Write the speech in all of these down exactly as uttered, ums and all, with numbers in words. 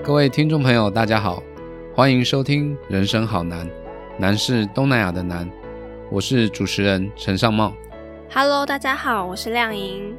各位听众朋友大家好，欢迎收听人生好难，难是东南亚的难，我是主持人陈尚茂。 Hello 大家好，我是亮莹。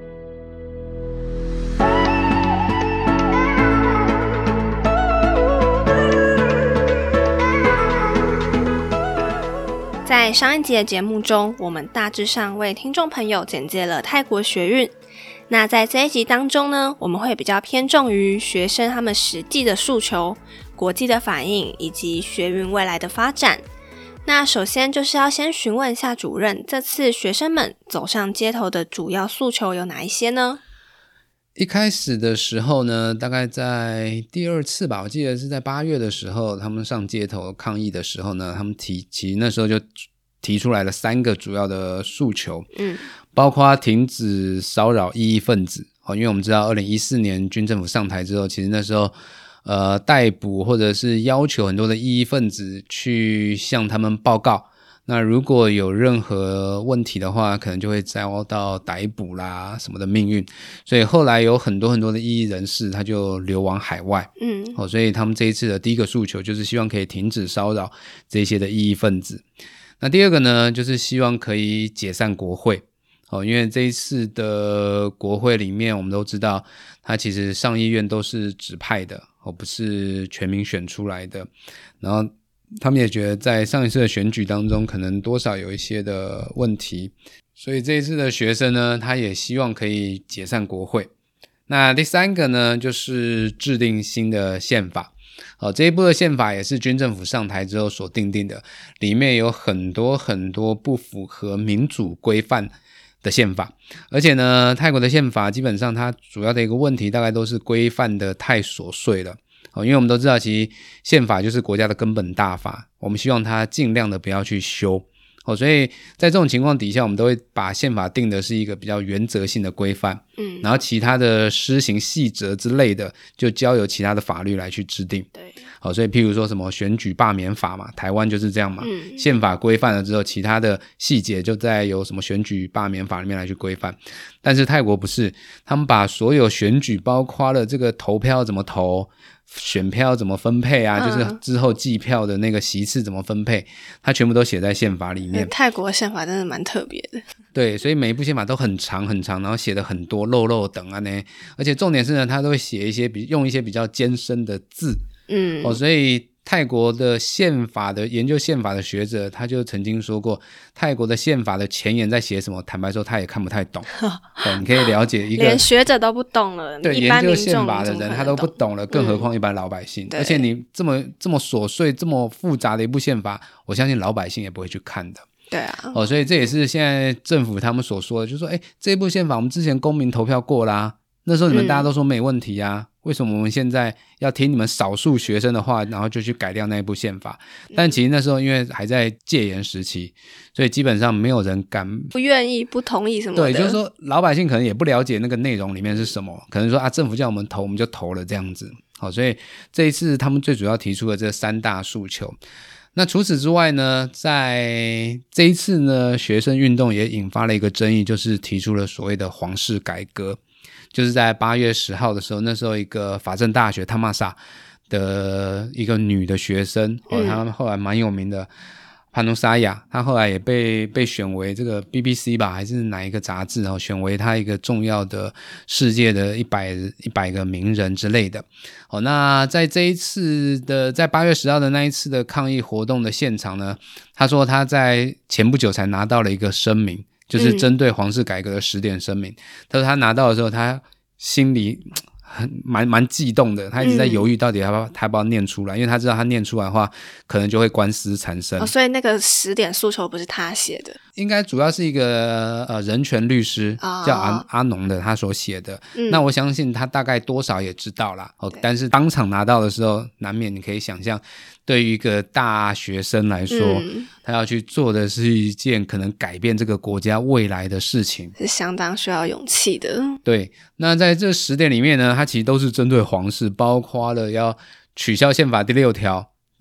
在上一集的节目中，我们大致上为听众朋友简介了泰国学运。那在这一集当中呢，我们会比较偏重于学生他们实际的诉求、国际的反应以及学运未来的发展。那首先就是要先询问一下主任，这次学生们走上街头的主要诉求有哪一些呢？ 一开始的时候呢，大概在第二次吧，我记得是在八月的时候，他们上街头抗议的时候呢，他们提其实那时候就提出来了三个主要的诉求，嗯，包括停止骚扰异议分子，因为我们知道二零一四年军政府上台之后，其实那时候呃逮捕或者是要求很多的异议分子去向他们报告，那如果有任何问题的话，可能就会遭到逮捕啦什么的命运，所以后来有很多很多的异议人士他就流亡海外，嗯、哦，所以他们这一次的第一个诉求就是希望可以停止骚扰这些的异议分子。那第二个呢，就是希望可以解散国会，哦，因为这一次的国会里面我们都知道它其实上议院都是指派的，哦，不是全民选出来的，然后他们也觉得在上一次的选举当中可能多少有一些的问题，所以这一次的学生呢，他也希望可以解散国会。那第三个呢，就是制定新的宪法。哦，这一部的宪法也是军政府上台之后所订定的，里面有很多很多不符合民主规范的宪法，而且呢，泰国的宪法基本上它主要的一个问题大概都是规范的太琐碎了。哦，因为我们都知道其实宪法就是国家的根本大法，我们希望它尽量的不要去修。哦，所以在这种情况底下，我们都会把宪法定的是一个比较原则性的规范，嗯，然后其他的施行细则之类的就交由其他的法律来去制定。对，好，所以譬如说什么选举罢免法嘛，台湾就是这样嘛，嗯，宪法规范了之后，其他的细节就再由什么选举罢免法里面来去规范。但是泰国不是，他们把所有选举包括了这个投票怎么投，选票怎么分配啊、嗯、就是之后计票的那个席次怎么分配，它全部都写在宪法里面。 泰国的宪法真的蛮特别的。 对，所以每一部宪法都很长很长，然后写的很多漏漏等啊呢，而且重点是呢，它都会写一些比用一些比较艰深的字，嗯，哦，所以泰国的宪法的研究宪法的学者他就曾经说过，泰国的宪法的前言在写什么，坦白说他也看不太懂。你可以了解一个连学者都不懂了， 对，研究宪法的人他都不懂了，更何况一般老百姓、嗯、而且你这么这么琐碎这么复杂的一部宪法，我相信老百姓也不会去看的。 对啊， 哦，所以这也是现在政府他们所说的，就是说诶这部宪法我们之前公民投票过啦，那时候你们大家都说没问题啊、嗯、为什么我们现在要听你们少数学生的话，然后就去改掉那一部宪法？但其实那时候因为还在戒严时期，所以基本上没有人敢不愿意不同意什么的。 对，就是说老百姓可能也不了解那个内容里面是什么，可能说啊政府叫我们投我们就投了这样子。好，所以这一次他们最主要提出的这三大诉求。那除此之外呢，在这一次呢，学生运动也引发了一个争议，就是提出了所谓的皇室改革。就是在八月十号的时候，那时候一个法政大学汤玛萨的一个女的学生，哦，她后来蛮有名的潘努沙亚，她后来也被被选为这个 B B C 吧，还是哪一个杂志，哦，选为她一个重要的世界的一百一百个名人之类的。哦，那在这一次的在八月十号的那一次的抗议活动的现场呢，她说她在前不久才拿到了一个声明，就是针对皇室改革的十点声明。他说他拿到的时候，他心里很蛮蛮激动的，他一直在犹豫到底要不要、嗯、他要不要念出来，因为他知道他念出来的话可能就会官司缠身、 哦、所以那个十点诉求不是他写的， 应该主要是一个呃人权律师、哦、叫阿阿农的他所写的、嗯、那我相信他大概多少也知道啦、哦、但是当场拿到的时候难免你可以想象，对于一个大学生来说、嗯、他要去做的是一件可能改变这个国家未来的事情， 是相当需要勇气的。 对，那在这十点里面呢，它其实都是针对皇室，包括了要取消宪法第六条，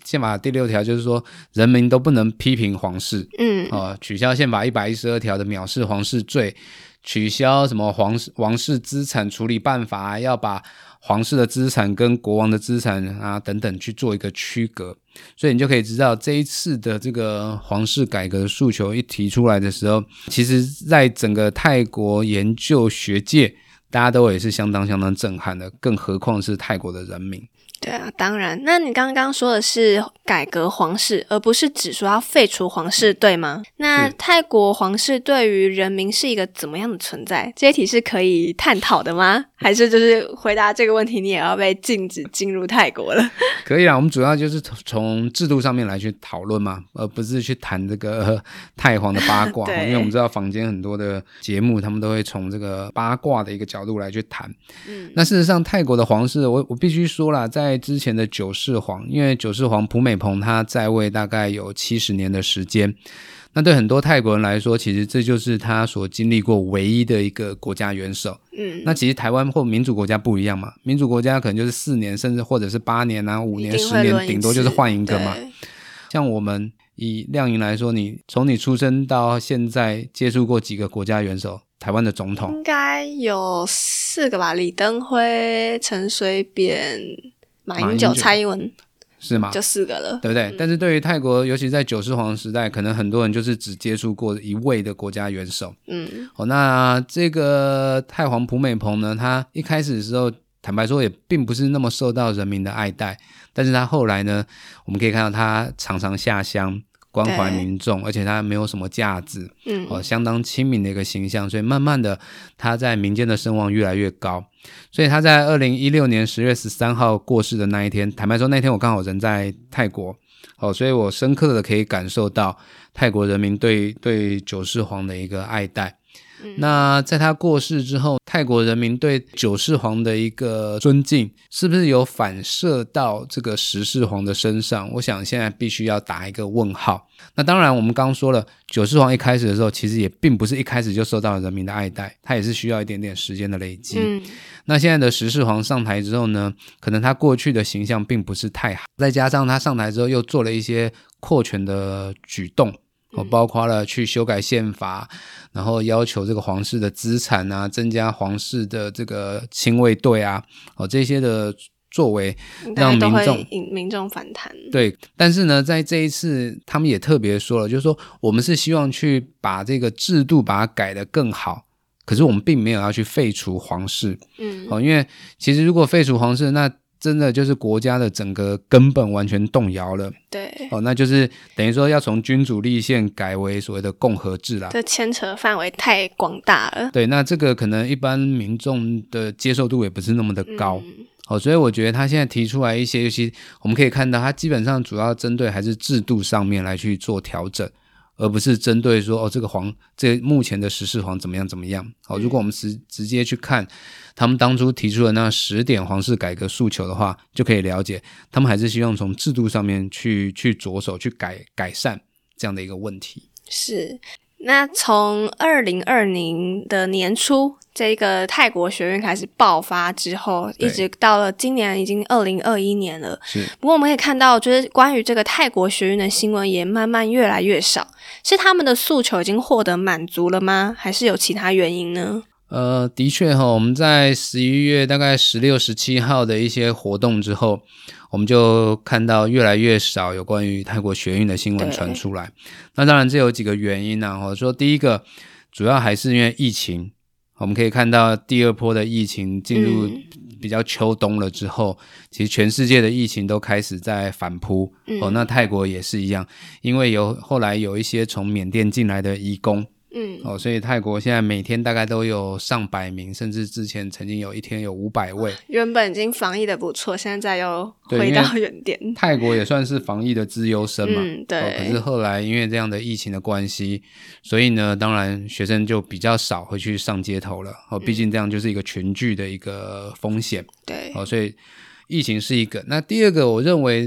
宪法第六条就是说人民都不能批评皇室， 嗯、 呃、取消宪法一百一十二条的藐视皇室罪，取消什么皇室王室资产处理办法、啊、要把皇室的资产跟国王的资产啊等等去做一个区隔。所以你就可以知道这一次的这个皇室改革的诉求一提出来的时候，其实在整个泰国研究学界大家都也是相当相当震撼的，更何况是泰国的人民。 对啊，当然。那你刚刚说的是改革皇室，而不是只说要废除皇室，对吗？那泰国皇室对于人民是一个怎么样的存在？这一题是可以探讨的吗？还是就是回答这个问题你也要被禁止进入泰国了？ 可以啦，我们主要就是从制度上面来去讨论嘛，而不是去谈这个泰皇的八卦因为我们知道坊间很多的节目他们都会从这个八卦的一个角度来去谈、嗯、那事实上泰国的皇室 我, 我必须说啦，在之前的九世皇，因为九世皇普美蓬他在位大概有七十年的时间，那对很多泰国人来说，其实这就是他所经历过唯一的一个国家元首。嗯，那其实台湾或民主国家不一样嘛，民主国家可能就是四年，甚至或者是八年啊、五年、十年，顶多就是换一个嘛。像我们以亮莹来说，你从你出生到现在接触过几个国家元首？台湾的总统应该有四个吧，李登辉、陈水扁、马英九、蔡英文。 是吗？ 就四个了， 对不对、 嗯、 但是对于泰国，尤其在九世皇时代，可能很多人就是只接触过一位的国家元首。嗯，哦，那这个泰皇普美蓬呢，他一开始的时候坦白说也并不是那么受到人民的爱戴，但是他后来呢，我们可以看到他常常下乡关怀民众，而且他没有什么架子、嗯哦、相当亲民的一个形象，所以慢慢的他在民间的声望越来越高。所以他在二零一六年十月十三号过世的那一天，坦白说那天我刚好人在泰国、哦、所以我深刻的可以感受到泰国人民对对九世皇的一个爱戴。嗯、那在他过世之后，泰国人民对九世皇的一个尊敬是不是有反射到这个十世皇的身上，我想现在必须要打一个问号。那当然我们刚刚说了，九世皇一开始的时候其实也并不是一开始就受到了人民的爱戴，他也是需要一点点时间的累积、嗯、那现在的十世皇上台之后呢，可能他过去的形象并不是太好，再加上他上台之后又做了一些扩权的举动，包括了去修改宪法，然后要求这个皇室的资产啊，增加皇室的这个亲卫队啊、哦、这些的作为让民众引民众反弹。 对，但是呢在这一次他们也特别说了，就是说我们是希望去把这个制度把它改得更好，可是我们并没有要去废除皇室。嗯、哦，因为其实如果废除皇室，那真的就是国家的整个根本完全动摇了。 对、 哦、那就是等于说要从君主立宪改为所谓的共和制啦， 这牵扯范围太广大了。 对，那这个可能一般民众的接受度也不是那么的高、嗯哦、所以我觉得他现在提出来一些，尤其我们可以看到他基本上主要针对还是制度上面来去做调整，而不是针对说哦这个皇这个目前的十世皇怎么样怎么样。好、哦，如果我们直直接去看他们当初提出的那十点皇室改革诉求的话，就可以了解他们还是希望从制度上面去去着手去改改善这样的一个问题。 是，那从二零二零的年初这个泰国学运开始爆发之后，一直到了今年已经二零二一年了。 是， 不过我们可以看到就是关于这个泰国学运的新闻也慢慢越来越少，是他们的诉求已经获得满足了吗？还是有其他原因呢？ 呃，的确齁，我们在十一月大概十六、十七号的一些活动之后，我们就看到越来越少有关于泰国学运的新闻传出来。那当然这有几个原因啊，齁，说第一个主要还是因为疫情，我们可以看到第二波的疫情进入比较秋冬了之后、嗯、其实全世界的疫情都开始在反扑、嗯哦、那泰国也是一样，因为有后来有一些从缅甸进来的移工，嗯，哦，所以泰国现在每天大概都有上百名，甚至之前曾经有一天有五百位。 原本已经防疫的不错，现在又回到原点。 泰国也算是防疫的资优生嘛， 嗯，对、 哦。可是后来因为这样的疫情的关系，所以呢，当然学生就比较少会去上街头了。哦，毕竟这样就是一个群聚的一个风险。 对、 嗯，哦，所以疫情是一个。那第二个，我认为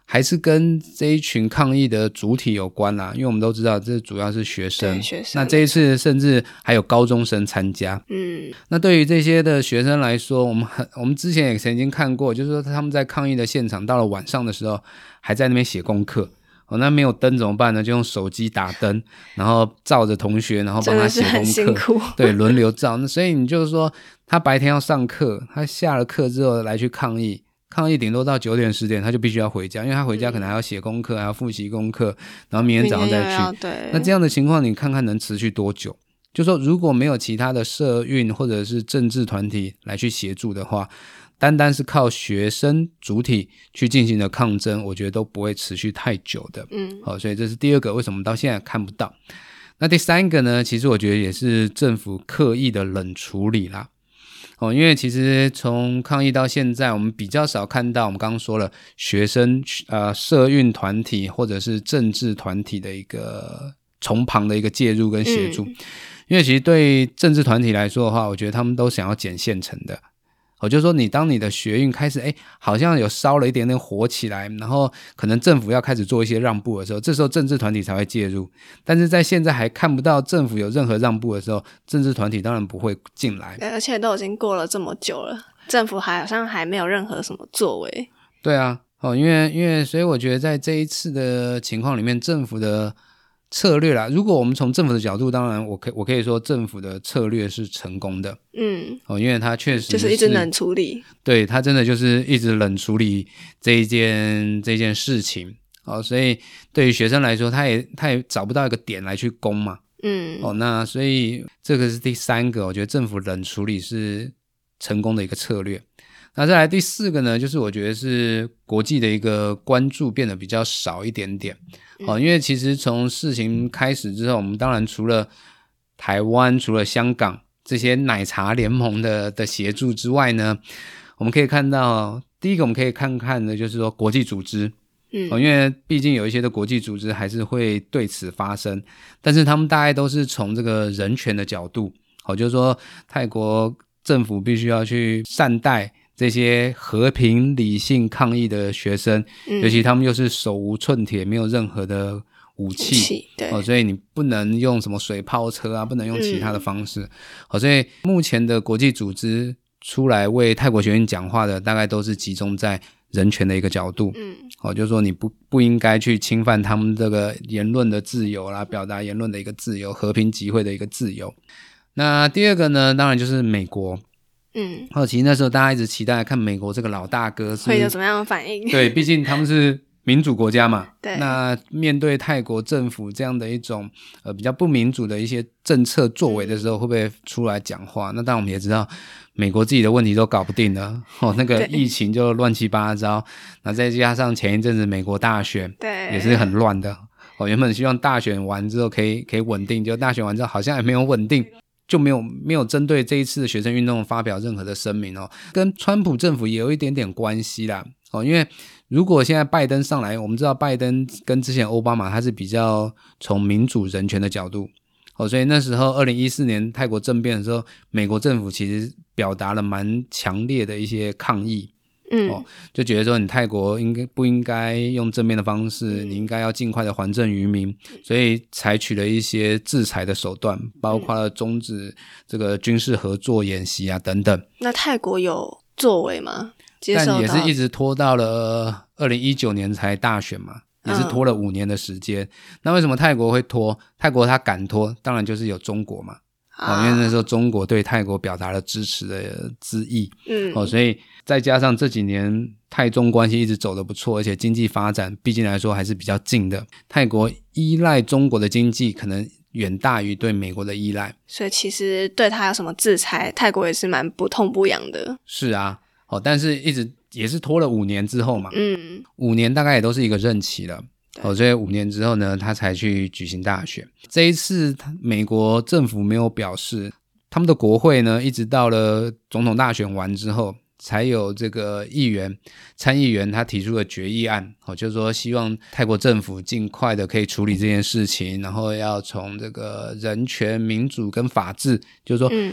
还是跟这一群抗议的主体有关啦，因为我们都知道这主要是学生， 学生那这一次甚至还有高中生参加。 嗯， 那对于这些的学生来说，我们很我们之前也曾经看过，就是说他们在抗议的现场到了晚上的时候还在那边写功课。哦，那没有灯怎么办呢？就用手机打灯，然后照着同学，然后帮他写功课， 真的是很辛苦。 对，轮流照。那所以你就是说，他白天要上课，他下了课之后来去抗议，抗议顶多到九点十点，他就必须要回家，因为他回家可能还要写功课，还要复习功课，然后明天早上再去。 对， 那这样的情况，你看看能持续多久？就说如果没有其他的社运或者是政治团体来去协助的话，单单是靠学生主体去进行的抗争，我觉得都不会持续太久的。 嗯， 好，所以这是第二个为什么到现在看不到。那第三个呢，其实我觉得也是政府刻意的冷处理啦。哦，因为其实从抗议到现在，我们比较少看到我们刚刚说了学生呃社运团体或者是政治团体的一个从旁的一个介入跟协助。嗯，因为其实对政治团体来说的话，我觉得他们都想要捡现成的。我就说你当你的学运开始诶好像有烧了一点点火起来，然后可能政府要开始做一些让步的时候，这时候政治团体才会介入。但是在现在还看不到政府有任何让步的时候，政治团体当然不会进来。 而且都已经过了这么久了，政府还好像还没有任何什么作为。 对啊，哦，因为因为所以我觉得在这一次的情况里面，政府的策略啦，如果我们从政府的角度，当然我可我可以说政府的策略是成功的。 嗯， 哦，因为他确实是就是一直冷处理， 对，他真的就是一直冷处理这一件这件事情。哦，所以对于学生来说，他也他也找不到一个点来去攻嘛。 嗯， 哦，那所以这个是第三个，我觉得政府冷处理是成功的一个策略。那再来第四个呢，就是我觉得是国际的一个关注变得比较少一点点。哦，因为其实从事情开始之后，我们当然除了台湾、除了香港这些奶茶联盟的的协助之外呢，我们可以看到，第一个我们可以看看的就是说国际组织。嗯，哦，因为毕竟有一些的国际组织还是会对此发声，但是他们大概都是从这个人权的角度，哦，就是说泰国政府必须要去善待这些和平理性抗议的学生，嗯，尤其他们又是手无寸铁，没有任何的武器，武器对，哦，所以你不能用什么水炮车啊，不能用其他的方式。嗯，哦，所以目前的国际组织出来为泰国学运讲话的，大概都是集中在人权的一个角度。嗯，哦，就是说你不不应该去侵犯他们这个言论的自由啦，表达言论的一个自由，和平集会的一个自由。那第二个呢，当然就是美国。嗯，好，其实那时候大家一直期待看美国这个老大哥是会有什么样的反应。 对，毕竟他们是民主国家嘛。 对， 那面对泰国政府这样的一种呃比较不民主的一些政策作为的时候，会不会出来讲话？那当然我们也知道美国自己的问题都搞不定了，哦，那个疫情就乱七八糟，那再加上前一阵子美国大选，对，也是很乱的。哦，原本希望大选完之后可以可以稳定，就大选完之后好像还没有稳定。就没有没有针对这一次的学生运动发表任何的声明哦，跟川普政府也有一点点关系啦哦，因为如果现在拜登上来，我们知道拜登跟之前奥巴马他是比较从民主人权的角度哦，所以那时候二零一四年泰国政变的时候，美国政府其实表达了蛮强烈的一些抗议。嗯，哦，就觉得说你泰国应该不应该用正面的方式，你应该要尽快的还政于民，所以采取了一些制裁的手段，包括了终止这个军事合作演习啊等等。 那泰国有作为吗？接受到？ 但也是一直拖到了二零一九年才大选嘛，也是拖了五年的时间。嗯，那为什么泰国会拖？泰国他敢拖，当然就是有中国嘛。哦，因为那时候中国对泰国表达了支持的之意，嗯，哦，所以再加上这几年泰中关系一直走得不错，而且经济发展毕竟来说还是比较近的，泰国依赖中国的经济可能远大于对美国的依赖， 所以其实对他有什么制裁，泰国也是蛮不痛不痒的。 是啊，哦，但是一直也是拖了五年之后嘛，嗯，五年大概也都是一个任期了。哦，所以五年之后呢，他才去举行大选。这一次美国政府没有表示，他们的国会呢，一直到了总统大选完之后，才有这个议员、参议员他提出了决议案，哦，就是说希望泰国政府尽快的可以处理这件事情，然后要从这个人权、民主跟法治，就是说，嗯，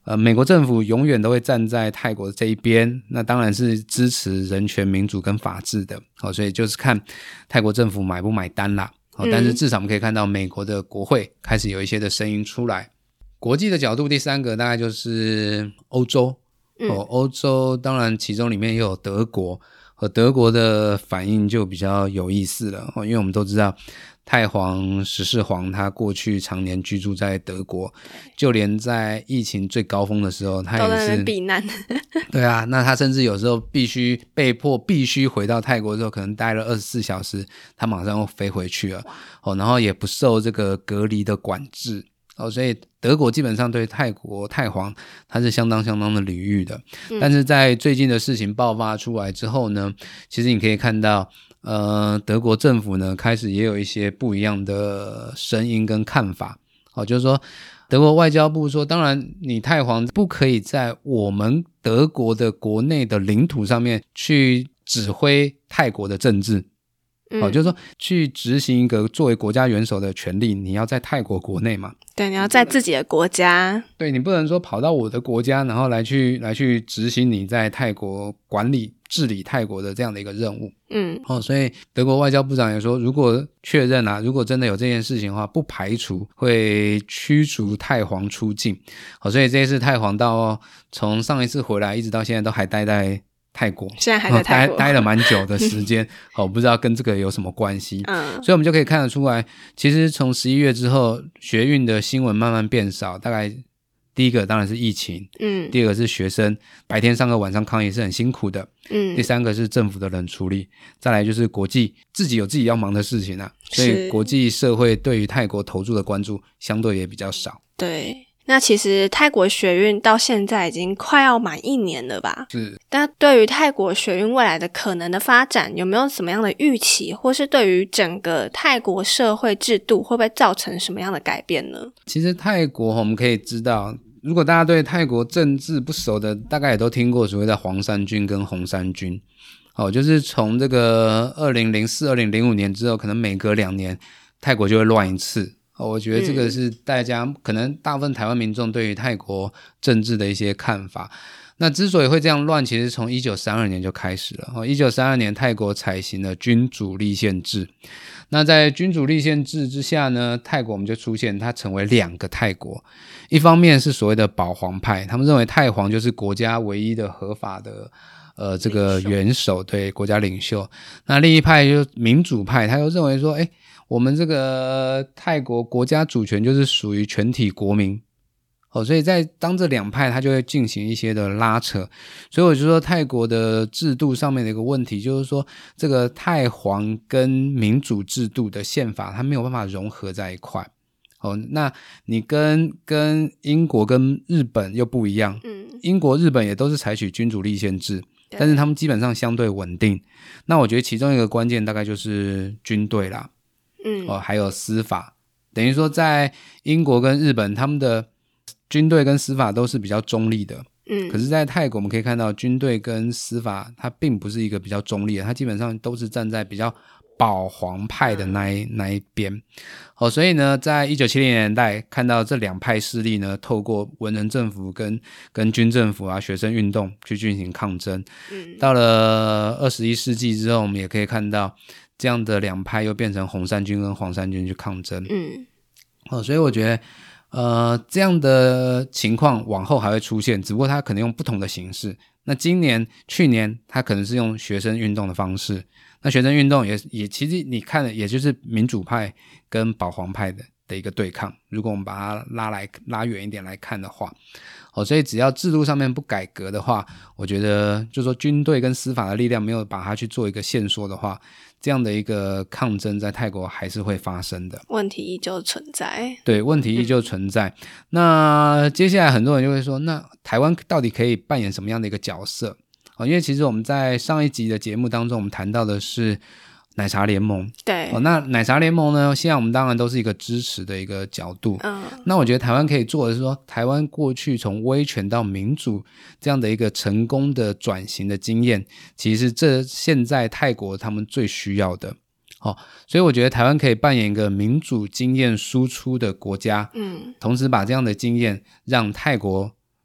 呃，美国政府永远都会站在泰国这一边，那当然是支持人权民主跟法治的、哦、所以就是看泰国政府买不买单啦、哦、但是至少我们可以看到美国的国会开始有一些的声音出来。国际的角度，第三个大概就是欧洲、哦、欧洲当然其中里面也有德国，和德国的反应就比较有意思了、哦、因为我们都知道太皇十世皇他过去常年居住在德国，就连在疫情最高峰的时候他也是都在那边避难对啊，那他甚至有时候必须被迫必须回到泰国之后，可能待了二十四小时他马上又飞回去了、哦、然后也不受这个隔离的管制、哦、所以德国基本上对泰国太皇他是相当相当的礼遇的、嗯、但是在最近的事情爆发出来之后呢，其实你可以看到呃，德国政府呢开始也有一些不一样的声音跟看法、哦、就是说德国外交部说，当然你太皇不可以在我们德国的国内的领土上面去指挥泰国的政治、嗯哦、就是说去执行一个作为国家元首的权利，你要在泰国国内嘛， 对，你要在自己的国家， 对，你不能说跑到我的国家然后来去来去执行你在泰国管理治理泰国的这样的一个任务。嗯，哦，所以德国外交部长也说，如果确认啊，如果真的有这件事情的话，不排除会驱逐太皇出境。哦，所以这一次太皇到从上一次回来一直到现在都还待在泰国， 现在还在泰国、 哦、待, 待了蛮久的时间哦，不知道跟这个有什么关系。嗯，所以我们就可以看得出来，其实从十一月之后学运的新闻慢慢变少，大概第一个当然是疫情，嗯，第二个是学生白天上课晚上抗议是很辛苦的，嗯，第三个是政府的冷处理，再来就是国际自己有自己要忙的事情啊，所以国际社会对于泰国投注的关注相对也比较少。 对，那其实泰国学运到现在已经快要满一年了吧？ 是。 但对于泰国学运未来的可能的发展，有没有什么样的预期，或是对于整个泰国社会制度会不会造成什么样的改变呢？ 其实泰国我们可以知道，如果大家对泰国政治不熟的，大概也都听过所谓的黄衫军跟红衫军。哦，就是从这个二零零四、二零零五年之后，可能每隔两年泰国就会乱一次。哦，我觉得这个是大家、嗯、可能大部分台湾民众对于泰国政治的一些看法。那之所以会这样乱，其实从一九三二年就开始了。哦，一九三二年泰国采行了君主立宪制。那在君主立宪制之下呢，泰国我们就出现它成为两个泰国。一方面是所谓的保皇派，他们认为太皇就是国家唯一的合法的呃这个元首，对，国家领袖。那另一派就是民主派，他又认为说，诶我们这个泰国国家主权就是属于全体国民。哦，所以在当这两派他就会进行一些的拉扯，所以我就说泰国的制度上面的一个问题就是说，这个太皇跟民主制度的宪法它没有办法融合在一块。哦，那你跟跟英国跟日本又不一样，嗯，英国日本也都是采取君主立宪制，但是他们基本上相对稳定。那我觉得其中一个关键大概就是军队啦，嗯，哦，还有司法，等于说在英国跟日本他们的军队跟司法都是比较中立的，嗯，可是在泰国我们可以看到军队跟司法它并不是一个比较中立的，它基本上都是站在比较保皇派的那一那一边。哦，所以呢在一九七零年代看到这两派势力呢透过文人政府跟跟军政府啊学生运动去进行抗争，嗯，到了二十一世纪之后我们也可以看到这样的两派又变成红衫军跟黄衫军去抗争，嗯，哦，所以我觉得呃，这样的情况往后还会出现，只不过它可能用不同的形式。那今年去年它可能是用学生运动的方式，那学生运动也也其实你看的也就是民主派跟保皇派的的一个对抗，如果我们把它拉来拉远一点来看的话，哦，所以只要制度上面不改革的话，我觉得就是说军队跟司法的力量没有把它去做一个限缩的话，这样的一个抗争在泰国还是会发生的， 问题依旧存在。 对，问题依旧存在、嗯、那接下来很多人就会说，那台湾到底可以扮演什么样的一个角色、哦、因为其实我们在上一集的节目当中我们谈到的是奶茶联盟， 对、 哦、那奶茶联盟呢现在我们当然都是一个支持的一个角度、嗯、那我觉得台湾可以做的是说，台湾过去从威权到民主这样的一个成功的转型的经验，其实这现在泰国他们最需要的、哦、所以我觉得台湾可以扮演一个民主经验输出的国家，嗯，同时把这样的经验让泰国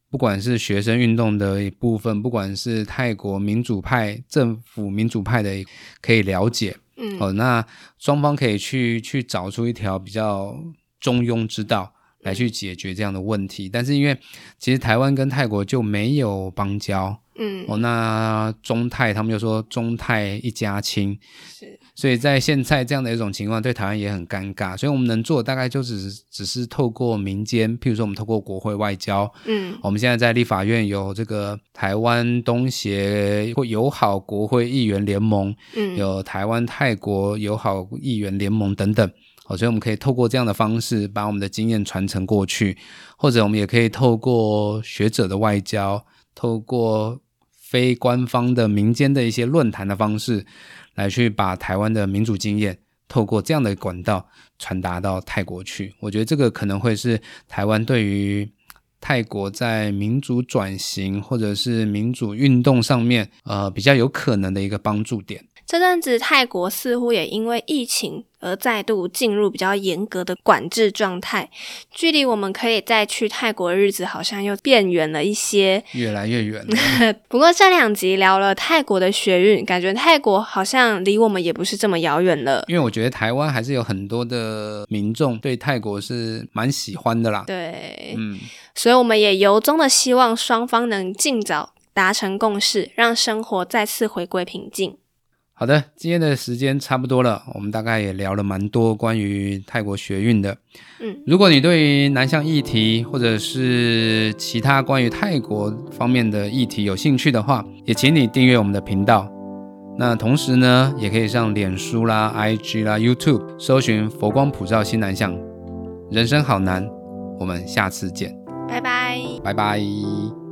不管是学生运动的一部分，不管是泰国民主派政府民主派的可以了解， 嗯， 哦，那双方可以去去找出一条比较中庸之道来去解决这样的问题。但是因为其实台湾跟泰国就没有邦交， 嗯， 哦，那中泰他们就说中泰一家亲， 是， 所以在现在这样的一种情况对台湾也很尴尬，所以我们能做大概就只是只是透过民间，譬如说我们透过国会外交， 嗯， 我们现在在立法院有这个台湾东协或友好国会议员联盟， 嗯， 有台湾泰国友好议员联盟等等，所以我们可以透过这样的方式把我们的经验传承过去，或者我们也可以透过学者的外交，透过非官方的民间的一些论坛的方式来去把台湾的民主经验透过这样的管道传达到泰国去。我觉得这个可能会是台湾对于泰国在民主转型或者是民主运动上面呃比较有可能的一个帮助点。 这阵子泰国似乎也因为疫情而再度进入比较严格的管制状态，距离我们可以再去泰国的日子好像又变远了一些， 越来越远了不过这两集聊了泰国的学运，感觉泰国好像离我们也不是这么遥远了， 因为我觉得台湾还是有很多的民众对泰国是蛮喜欢的啦。 对， 嗯， 所以我们也由衷的希望双方能尽早达成共识，让生活再次回归平静。 好的，今天的时间差不多了，我们大概也聊了蛮多关于泰国学运的。 嗯， 如果你对于南向议题或者是其他关于泰国方面的议题有兴趣的话，也请你订阅我们的频道。那同时呢，也可以上脸书啦、I G 啦、YouTube 搜寻佛光普照新南向。人生好难，我们下次见， 拜拜， 拜拜。